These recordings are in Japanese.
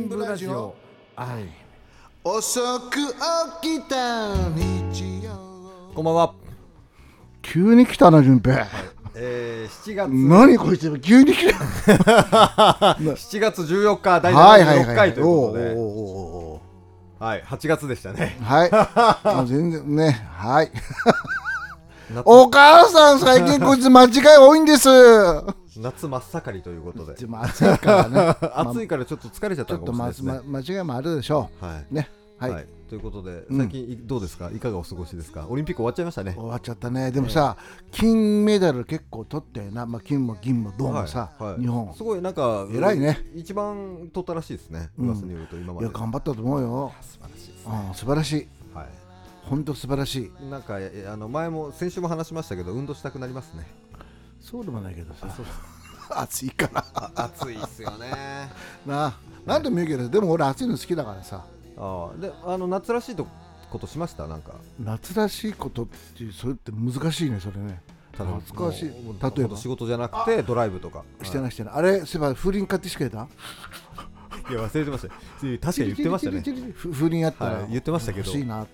ブラジオ。 遅く起きた日曜。 こんばんは。 急に来たな、順平。 7月何こいつ急に来た。 7月14日第76回ということで、はい、8月でしたね。 はい。もう全然ね、はい。お母さん、最近こいつ間違い多いんです。 夏真っ盛りということで。 でも暑いからね。 暑いからちょっと疲れちゃったかもしれないですね。 間違いもあるでしょう。 はい。 ね。はい。 ということで、最近どうですか？いかがお過ごしですか？オリンピック終わっちゃいましたね。 終わっちゃったね。でもさ、金メダル結構取ったよな。まあ金も銀も銅もさ、日本。 すごいなんか偉いね。 一番取ったらしいですね。噂によると今まで。 いや頑張ったと思うよ。 素晴らしいですね。 素晴らしい。 はい。 本当素晴らしい。 なんか先週も話しましたけど、運動したくなりますね。 そうでもないけどさ。暑いから暑いっすよね。 なんでも言うけど、でも俺暑いの好きだからさ。 で夏らしいことしました？なんか夏らしいことってそれって難しいね、それね。懐かしい。例えば仕事じゃなくてドライブとかしてない。あれ、そういえば風鈴買ってきてくれた？ いや忘れてました。確かに言ってましたね。 風鈴やったら言ってましたけど、 欲しいなって。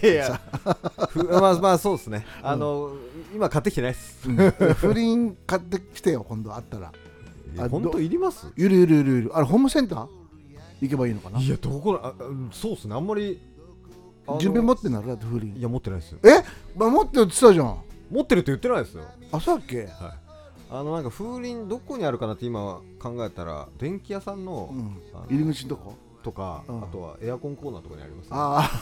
いやまあそうですね。今買ってきてないです。 風鈴買ってきてよ、今度あったら。 本当いります？ いる。あれホームセンター行けばいいのかな。 いや、どこそうですね。あんまり順平持ってんだろ、だって風鈴。 いや持ってないですよ。 持ってるって言ってたじゃん。 持ってるって言ってないですよ。 あ、そうだっけ？ はい。なんか風鈴どこにあるかなって今考えたら、電気屋さんの入り口のとことか、あとはエアコンコーナーとかにあります。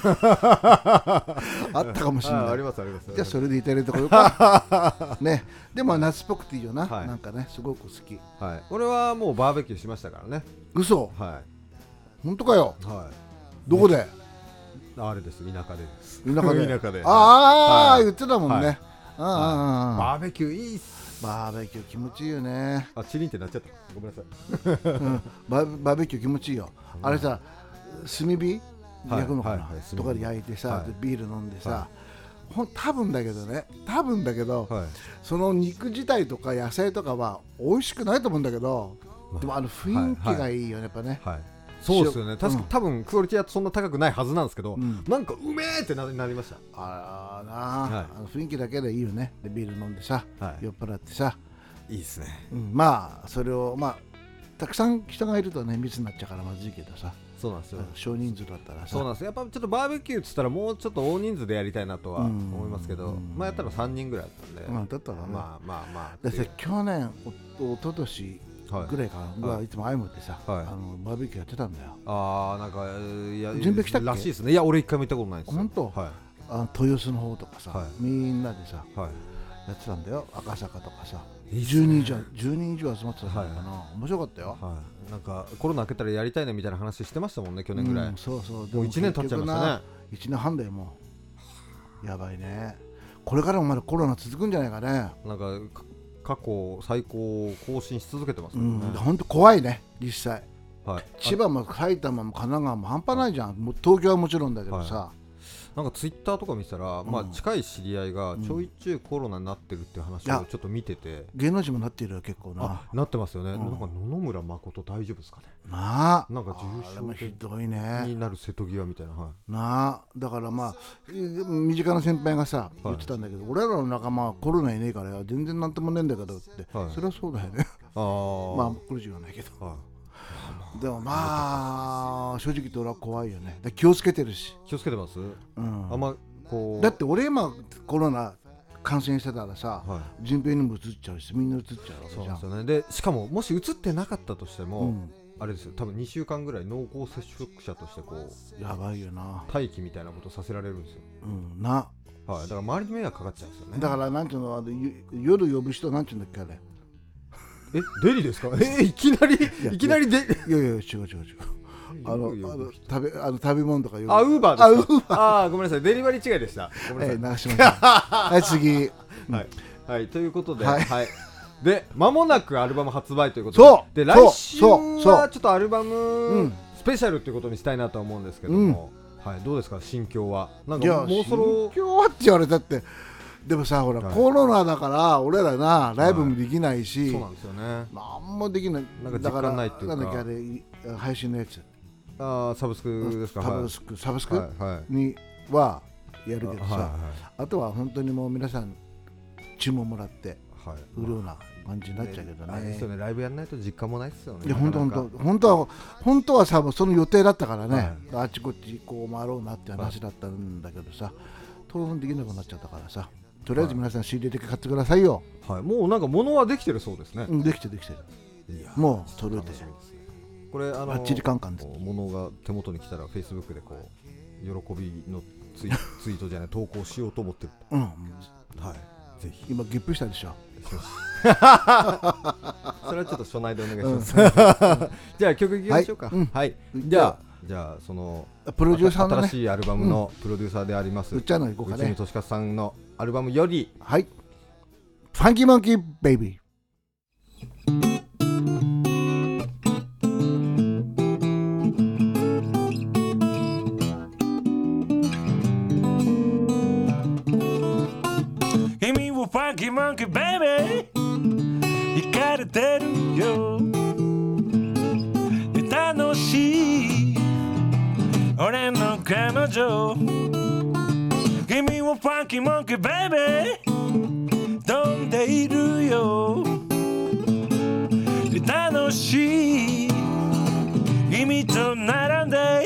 あったかもしれない。 あります。 じゃあそれでいただいたことか。ね。でも夏っぽくていいよな。なんかね、すごく好き。 はい。俺はもうバーベキューしましたからね。 嘘？ はい。 本当かよ。 はい。 どこで？ あれです。田舎でです。 田舎で。言ってたもんね。 バーベキューいいっす。 バーベキュー気持ちいいよね。 チリンってなっちゃった。ごめんなさい。 バーベキュー気持ちいいよ。あれさ、炭火焼くのかなとかで焼いてさ、ビール飲んでさ、多分だけど、その肉自体とか野菜とかは美味しくないと思うんだけど、でも雰囲気がいいよね、やっぱね。 そうですよね。確か多分クオリティはそんな高くないはずなんですけど、なんかうめーってなりました。 雰囲気だけでいいよね。でビール飲んでさ、酔っ払ってさ、 いいですね。 まあそれをたくさん人がいるとね密になっちゃうからまずいけどさ。 そうなんですよ。 少人数だったらさ。 そうなんです。やっぱちょっとバーベキューっつったらもうちょっと大人数でやりたいなとは思いますけど、やったら3人ぐらいだったんで。 だったらね。 まあ。 だって去年一昨年ぐらいからいつもアイムってさ、バーベキューやってたんだよ。 なんか準備来たっけ？ らしいですね。いや俺一回も行ったことないです。 本当？豊洲の方とかさ、みんなでさやってたんだよ。赤坂とかさ、10人以上集まってたのかな。面白かったよ。 なんかコロナ明けたらやりたいねみたいな話してましたもんね、去年ぐらい。 そうもう1年経っちゃいましたね。 1年半だよもう。やばいね。これからもまだコロナ続くんじゃないかね。 なんか過去最高を更新し続けてますもんね。 本当怖いね、実際。千葉も埼玉も神奈川も半端ないじゃん。もう東京はもちろんだけどさ。 なんかツイッターとか見てたら、近い知り合いがちょいちょいコロナになってるっていう話をちょっと見てて、 芸能人もなってるよ結構な。 なってますよね。なんか野々村誠大丈夫ですかね。 なんか重症ひどいねになる瀬戸際みたいな。だから身近な先輩がさ言ってたんだけど、俺らの仲間はコロナいねえから全然なんともねえんだけどって。それはそうだよね。これ以上はないけど。でも正直言って俺は怖いよね。気をつけてるし。 気をつけてます？ だって俺今コロナ感染してたらさ、順平にも移っちゃうしみんな移っちゃうわけじゃん。 そうですよね。でしかももし移ってなかったとしても、あれですよ、多分2週間ぐらい濃厚接触者としてやばいよな、 待機みたいなことさせられるんですよ。 だから周りに迷惑かかっちゃうんですよね。 だからなんていうの、夜呼ぶ人なんていうんだっけあれ。 デリですか？いきなりで。 いや違う。食べ物とか言う。 ウーバーですか？ごめんなさい、デリバリー違いでした。ごめんなさい。 流しました。はい次。 はいということで、で間もなくアルバム発売ということで、来週はちょっとアルバムスペシャルということにしたいなと思うんですけども、どうですか心境は？なんかもうそろ心境はって言われたって。でもさほら、コロナだから俺らライブもできないし、 そうなんですよね。 なんもできない。 なんか実感ないっていうか。 なんだっけあれ配信のやつ。 サブスクですか。 サブスクにはやるけどさ、あとは本当にもう皆さん注文もらって売るような感じになっちゃうけどね。あれですよね、ライブやらないと実感もないですよね。いや本当はさ、その予定だったからね、あっちこっちこう回ろうなって話だったんだけどさ、当然できなくなっちゃったからさ、とりあえず皆さん CD だけ買ってくださいよ。もうなんか物はできてるそうですね。できてる。もう届いてこれバッチリカンカンです。物が手元に来たら Facebook でこう喜びのツイートじゃない投稿しようと思ってる。ぜひ。今ゲップしたでしょ。それはちょっと初内でお願いします。じゃあ曲いきましょうか。じゃあそのプロデューサーの新しいアルバムのプロデューサーであります内海俊勝さんのアルバムより、ファンキーモンキーベイビー。ファンキーモンキーベイビー、イカれてるよ、楽しい俺の彼女、君はファンキーモンキーベイビー、飛んでいるよ、楽しい君と並んで、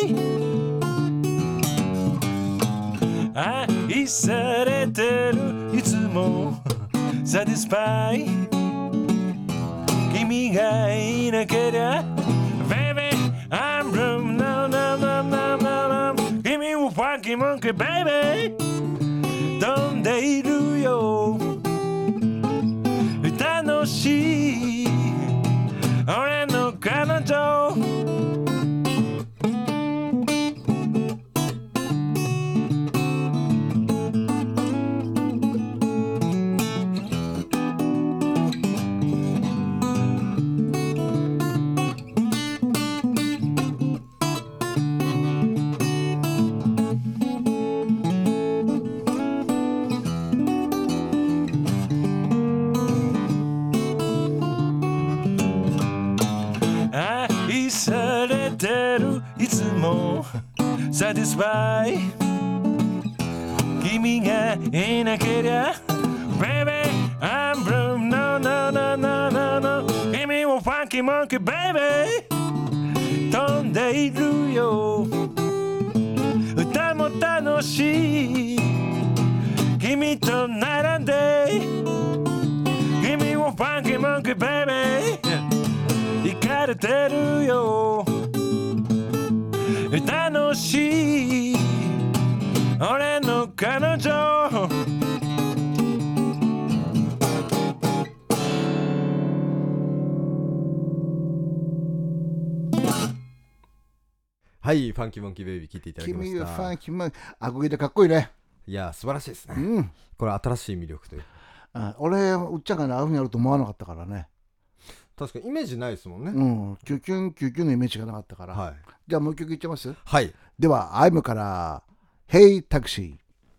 愛されてるいつもサティスファイ、君がいなけりゃ Baby I'm blue no no no no no no、 君はファンキーモンキーベイビー、飛んでいるよ、楽しい俺の彼女、いつもサティスファイ、君がいなけりゃ Baby I'm blue no no no no no no、 君はファンキーモンキーベイビー、飛んでいるよ、歌も楽しい君と並んで、君はファンキーモンキーベイビー、イカれてるよ、楽しい俺の彼女。はい、ファンキーモンキーベイビー聴いていただきました。君はファンキーモンキー、アコギでかっこいいね。いや素晴らしいですね、これ新しい魅力という。俺うっちゃんがねああいうふうにやると思わなかったからね。確かにイメージないですもんね。キュキュンキュキュンのイメージがなかったから、じゃあもう一曲いっちゃいます。ではアイムからHey Taxi。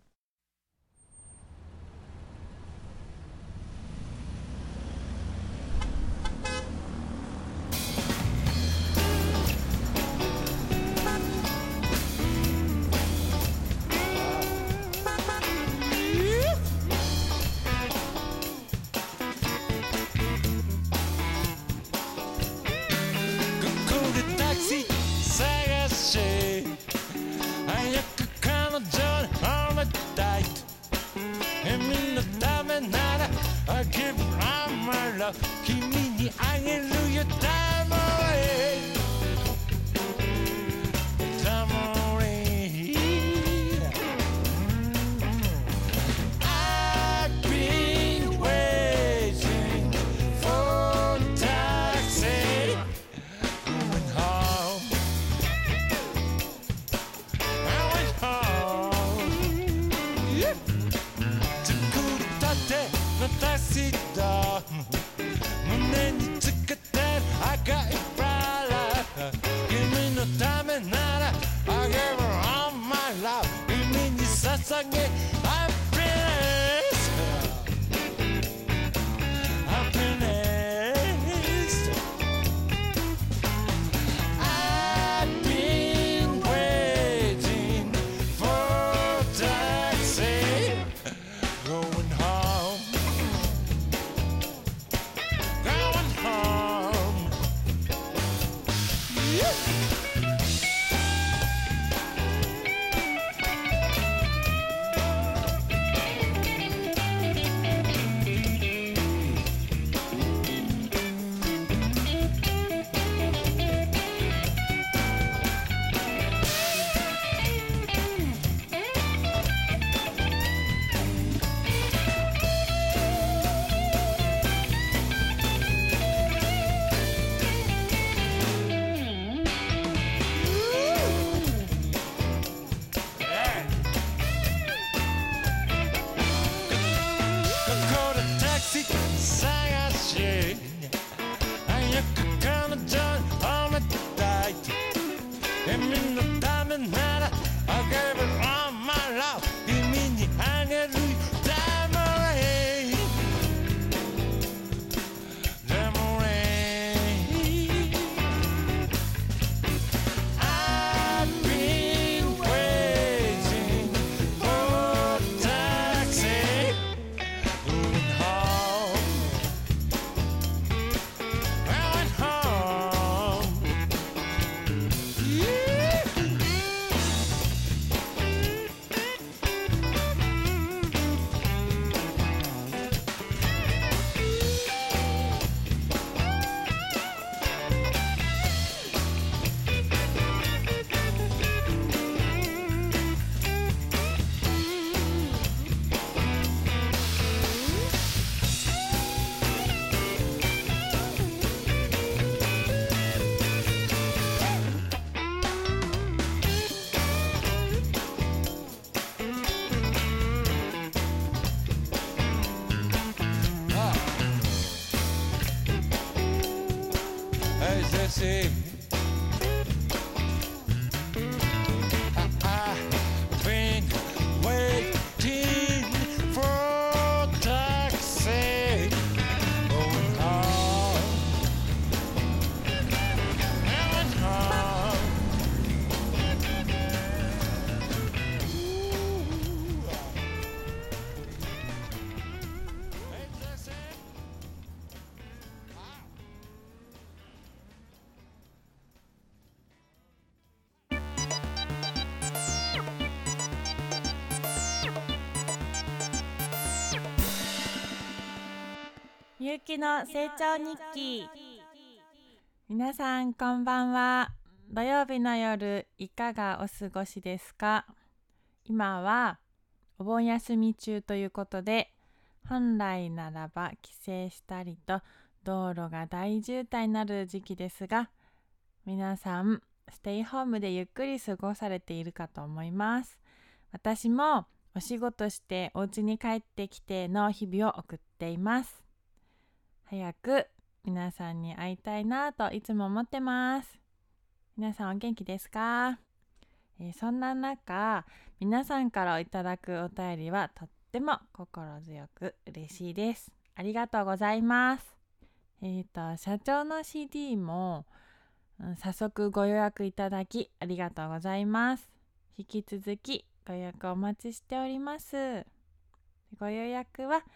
君にあげるよタモリタモリ I've been waiting for taxi going home I went home 作りたてのタクシーだ胸につ君のためなら I gave it all my love 君にあげるダモレイダモレイ I've been waiting for taxi going home going home yeah. As I say, I've been waiting for taxi going home, going home. As I say. ゆうきの成長日記。皆さんこんばんは。土曜日の夜いかがお過ごしですか？今はお盆休み中ということで、本来ならば帰省したりと道路が大渋滞になる時期ですが、皆さんステイホームでゆっくり過ごされているかと思います。私もお仕事してお家に帰ってきての日々を送っています。早く皆さんに会いたいなといつも思ってます。皆さんお元気ですか？そんな中、皆さんからいただくお便りはとっても心強く嬉しいです。ありがとうございます。社長の CD も、早速ご予約いただきありがとうございます。引き続きご予約お待ちしております。ご予約は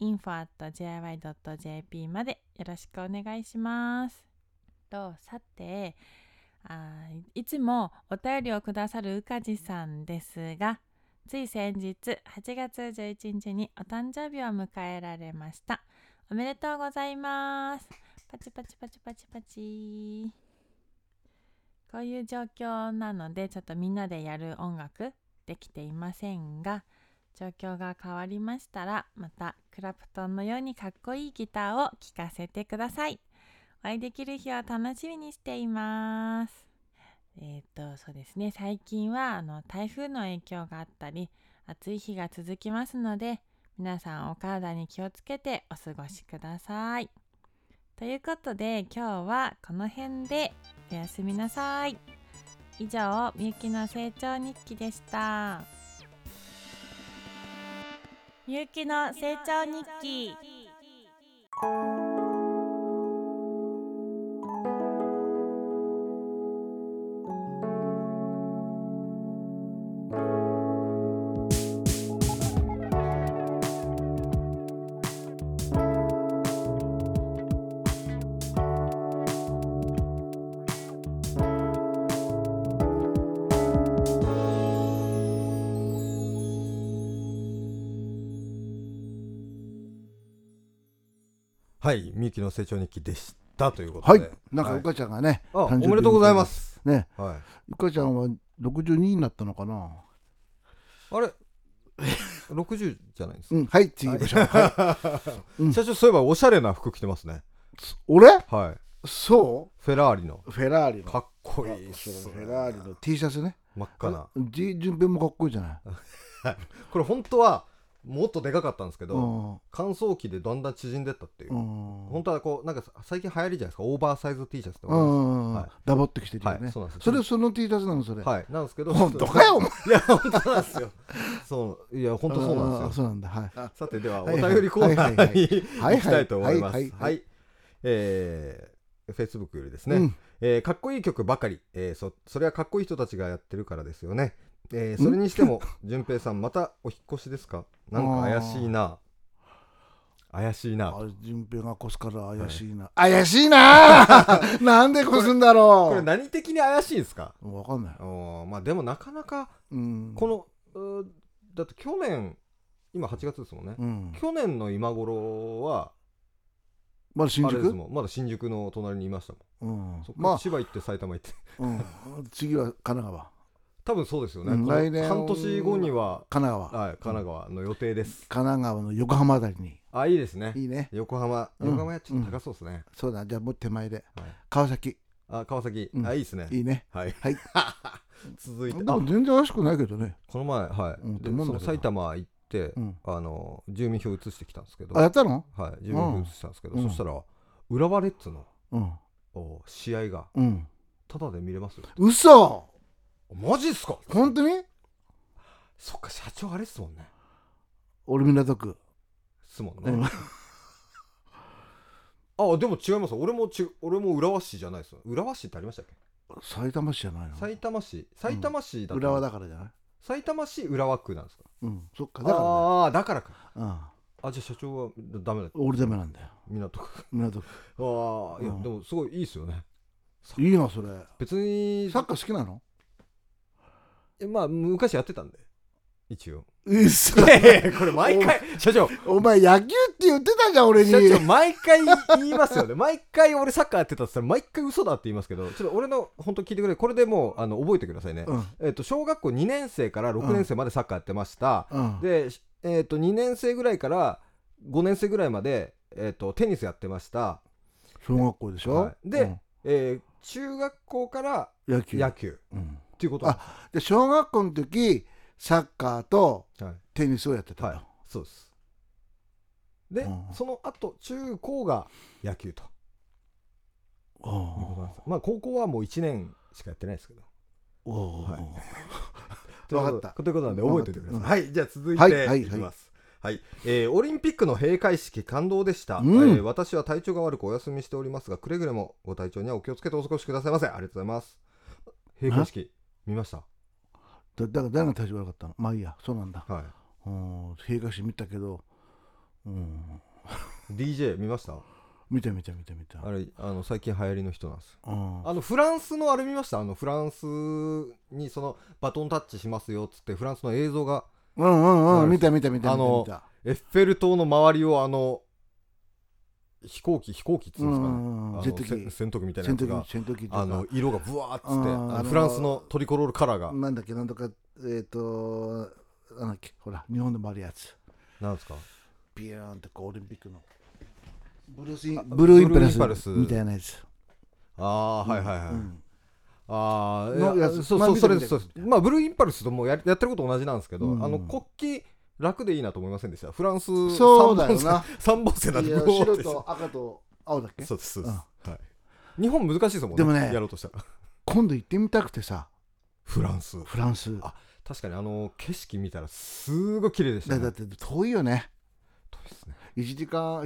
info@jy.jp までよろしくお願いします。さて、いつもお便りをくださるうかじさんですが、つい先日8月11日にお誕生日を迎えられました。おめでとうございます。パチパチパチパチパチ。こういう状況なのでちょっとみんなでやる音楽できていませんが、状況が変わりましたらまたクラプトンのようにかっこいいギターを聴かせてください。お会いできる日を楽しみにしています。そうですね、最近は台風の影響があったり暑い日が続きますので、皆さんお体に気をつけてお過ごしください。ということで今日はこの辺でおやすみなさい。以上、みゆきの成長日記でした。みゆきの成長日記。 はい、みゆきの成長日記でしたということで、 はい、なんかうかちゃんがね、 おめでとうございますね、 はい、 うかちゃんは62になったのかな。 あれ60じゃないですか。 はい、次行きましょう。はい、 社長、そういえばおしゃれな服着てますね。 俺？ はい。 そうフェラーリのかっこいいっすね。 フェラーリの T シャツね、 真っ赤な。 順平もかっこいいじゃない。 これ本当はもっとでかかったんですけど、乾燥機でだんだん縮んでったっていう。本当はこうなんか最近流行りじゃないですか、オーバーサイズ T シャツとか、 ダボってきてるよね。それその T シャツなのそれ。 はい、なんですけど。 本当かよお前。 いや本当なんですよ。そういや本当そうなんですよ。 そうなんだ。はい。 さてではお便りコーナーに行きたいと思います。はい。Facebook よりですね。かっこいい曲ばかり。それはかっこいい人たちがやってるからですよね。それにしても順平さんまたお引っ越しですか？なんか怪しいな。怪しいな。 順平が越すから怪しいな。怪しいな。なんで越すんだろう。 これ何的に怪しいんですか？ わかんない。 まあでもなかなかこのだって去年今8月ですもんね。去年の今頃はまだ新宿？ まだ新宿の隣にいましたもん。そっから千葉行って埼玉行って。 次は神奈川。 多分そうですよね。来年半年後には神奈川。 はい、神奈川の予定です。 神奈川の横浜あたりに。 あ、いいですね。 いいね。 横浜やちょっと高そうですね。 そうだ、じゃあもう手前で。川崎。 川崎。あ、いいですね。 いいね。 はい。続いて。 でも全然怪しくないけどね。 この前、はい。でその埼玉行って、住民票移してきたんですけど。 あ、やったの？ はい。住民票移したんですけど、そしたら浦和レッズの試合がタダで見れますよ。 嘘。 マジっすか？ 本当に？ そっか、社長あれっすもんね。 俺港区っすもんね。あ、でも違います。俺も浦和市じゃないですよ。浦和市ってありましたっけ？ 埼玉市じゃないの？ 埼玉市だと、 浦和だからじゃない？ 埼玉市浦和区なんですか？ そっか。だからね。 ああ、だからか。じゃあ社長はダメだった。 俺ダメなんだよ。 港区。 ああ、いやでもすごいいいっすよね。 いいなそれ。 別にサッカー好きなの？ まあ昔やってたんで一応。 これ毎回社長お前野球って言ってたじゃん俺に。 社長毎回言いますよね。毎回俺サッカーやってたって言ったら毎回嘘だって言いますけど、ちょっと俺の本当聞いてくれ。これでもう覚えてくださいね。小学校2年生から6年生までサッカーやってました。で2年生ぐらいから5年生ぐらいまでテニスやってました。 小学校でしょ？ で中学校から野球っていうこと。 で小学校の時サッカーとテニスをやってた。 はい、そうです。で、その後中高が野球と。まあ高校はもう1年しかやってないですけど。 分かった。 ということなんで覚えておいてください。はい、じゃあ続いていきます。はい、オリンピックの閉会式感動でした。私は体調が悪くお休みしておりますが、くれぐれもご体調にはお気をつけてお過ごしくださいませ。ありがとうございます。閉会式見ました？ だから誰が体調悪かったの？まあいいや、そうなんだ。 はい。 閉会式見たけど、 DJ 見ました？ 見た。 あれ最近流行りの人なんです。フランスのあれ見ました？フランスにそのバトンタッチしますよっつってフランスの映像が。 見た。エッフェル塔の周りを飛行機っていうんですかね。戦闘機みたいなやつが色がブワーッつってフランスのトリコロールカラーがなんだっけなんとかなんだっけほら日本でもあるやつなんですか？ ビヨーンってオリンピックのブルーインパルスみたいなやつ。 それです。まあブルーインパルスともやってること同じなんですけど、国旗楽でいいなと思いませんでした？フランスそうだよな。 3本線なんで白と赤と青だっけ？ そうです。日本難しいですもんね。 でもね、 やろうとしたら今度行ってみたくてさ。 フランス。確かに景色見たらすごい綺麗でしたね。 だって遠いよね。 遠いですね。 1時間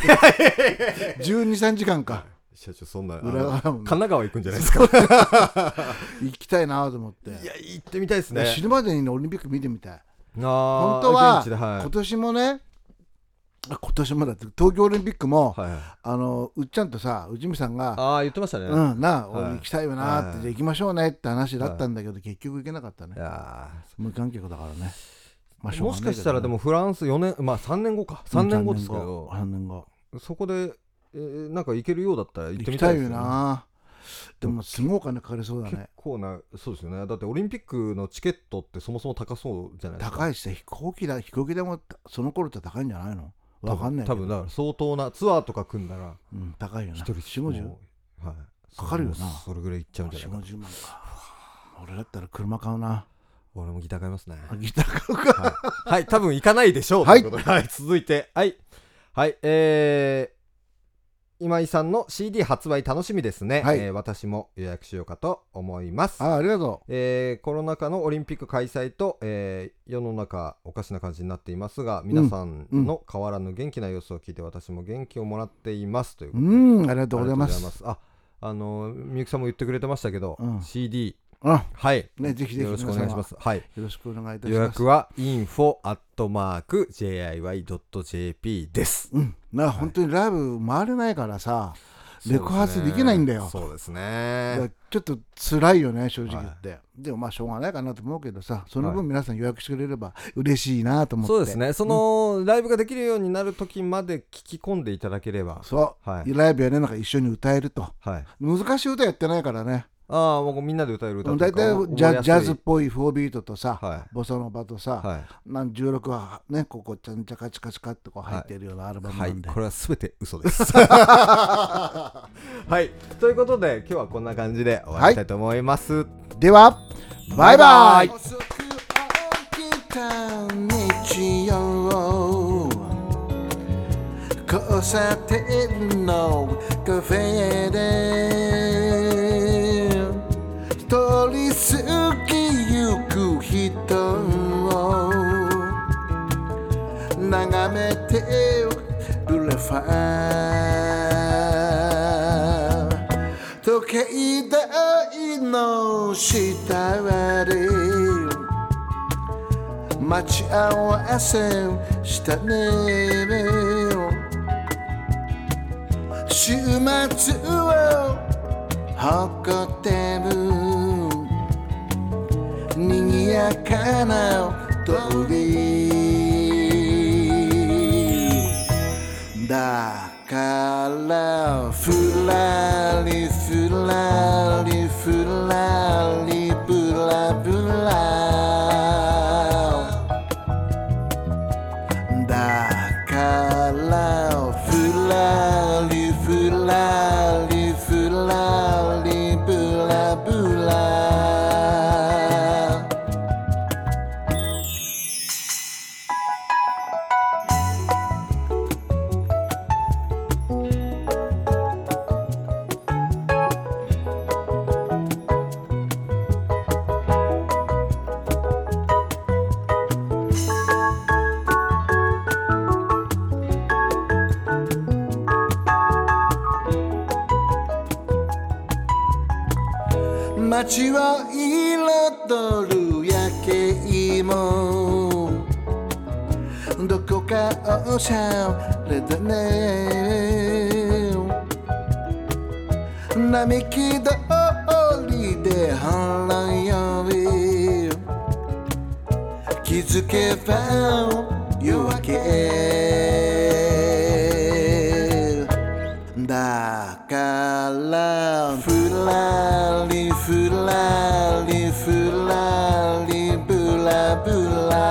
12、3時間か。 社長そんな神奈川行くんじゃないですか？ 行きたいなと思って。 いや行ってみたいですね。 死ぬまでにオリンピック見てみたい。 本当は今年もね、今年もだって東京オリンピックもうっちゃんとさ内海さんが言ってましたね。 俺行きたいよなって行きましょうねって話だったんだけど結局行けなかったね。無観客だからね。 もしかしたらでもフランス4年3年後か3年後ですけど、そこでなんか行けるようだったら行ってみたいですよね。 行きたいよな。でもすごいお金かかりそうだね。 結構な。そうですよね。だってオリンピックのチケットってそもそも高そうじゃないですか。 高いし飛行機でもその頃って高いんじゃないの？わかんないけど。 多分だから相当なツアーとか組んだら高いよな。 1人 40、 はいかかるよな。 それぐらいいっちゃうんじゃないかな。 40万か。俺だったら車買うな。 俺もギター買いますね。 ギター買うか。 はい、多分行かないでしょう。 はいということで、はい、続いて、はい、はい、今井さんの CD 発売楽しみですね。 はい、 私も予約しようかと思います。 ありがとう。コロナ禍のオリンピック開催と、世の中おかしな感じになっていますが、皆さんの変わらぬ元気な様子を聞いて私も元気をもらっていますということで、 ありがとうございます。 みゆきさんも言ってくれてましたけど、CD、 はい、ね、ぜひぜひよろしくお願いします。はい、 よろしくお願いいたします。 予約は info@jiy.jp です。 本当にライブ回れないからさ、レコ発できないんだよ。 そうですね。 ちょっと辛いよね、正直言って。でもまあしょうがないかなと思うけどさ、その分皆さん予約してくれれば嬉しいなと思って。 そうですね。そのライブができるようになる時まで聞き込んでいただければ。 そう。ライブやね、なんか一緒に歌えると。難しい歌やってないからね。 もうみんなで歌える歌とか大体ジャズっぽい4ビートとさ、ボサノバとさ、16はね、ここちゃんちゃかチカチカってこう入ってるようなアルバムなんで、 これは全て嘘です。はい、ということで今日はこんな感じで終わりたいと思います。 ではバイバイ。 遅く起きた日曜、交差点のカフェで通り過ぎゆく人を眺めてるレファー、時計台の下で待ち合わせしたね。週末を誇ってる賑やかな通りだからふらりふらりふらりぶらぶらだからふらりふらりふらりぶらぶら街を彩る夜景もどこかおしゃれだね。並木通りでほろ酔い気づけば夜明けだからふらりふらりふらりぶらぶら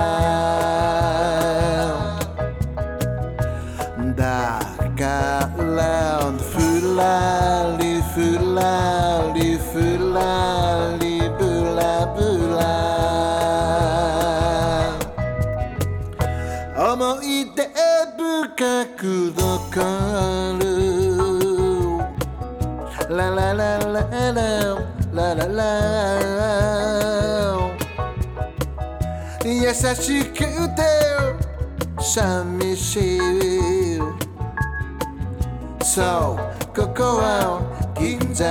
だからふらりふらりふらりぶらぶら思い出深く残るララララララララ優しくて寂しいそうここは銀座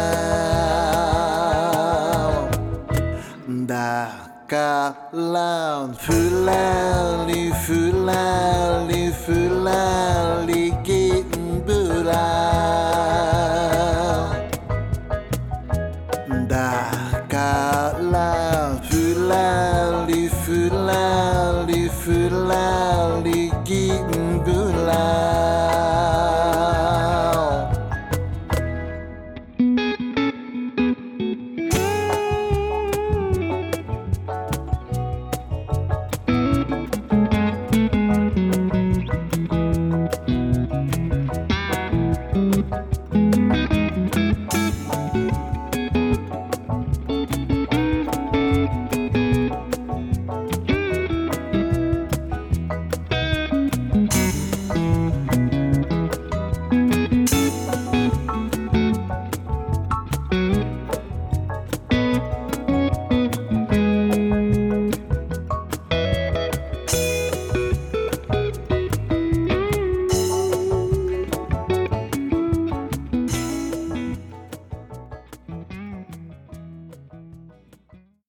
だからふらりふらりふらり銀ブラ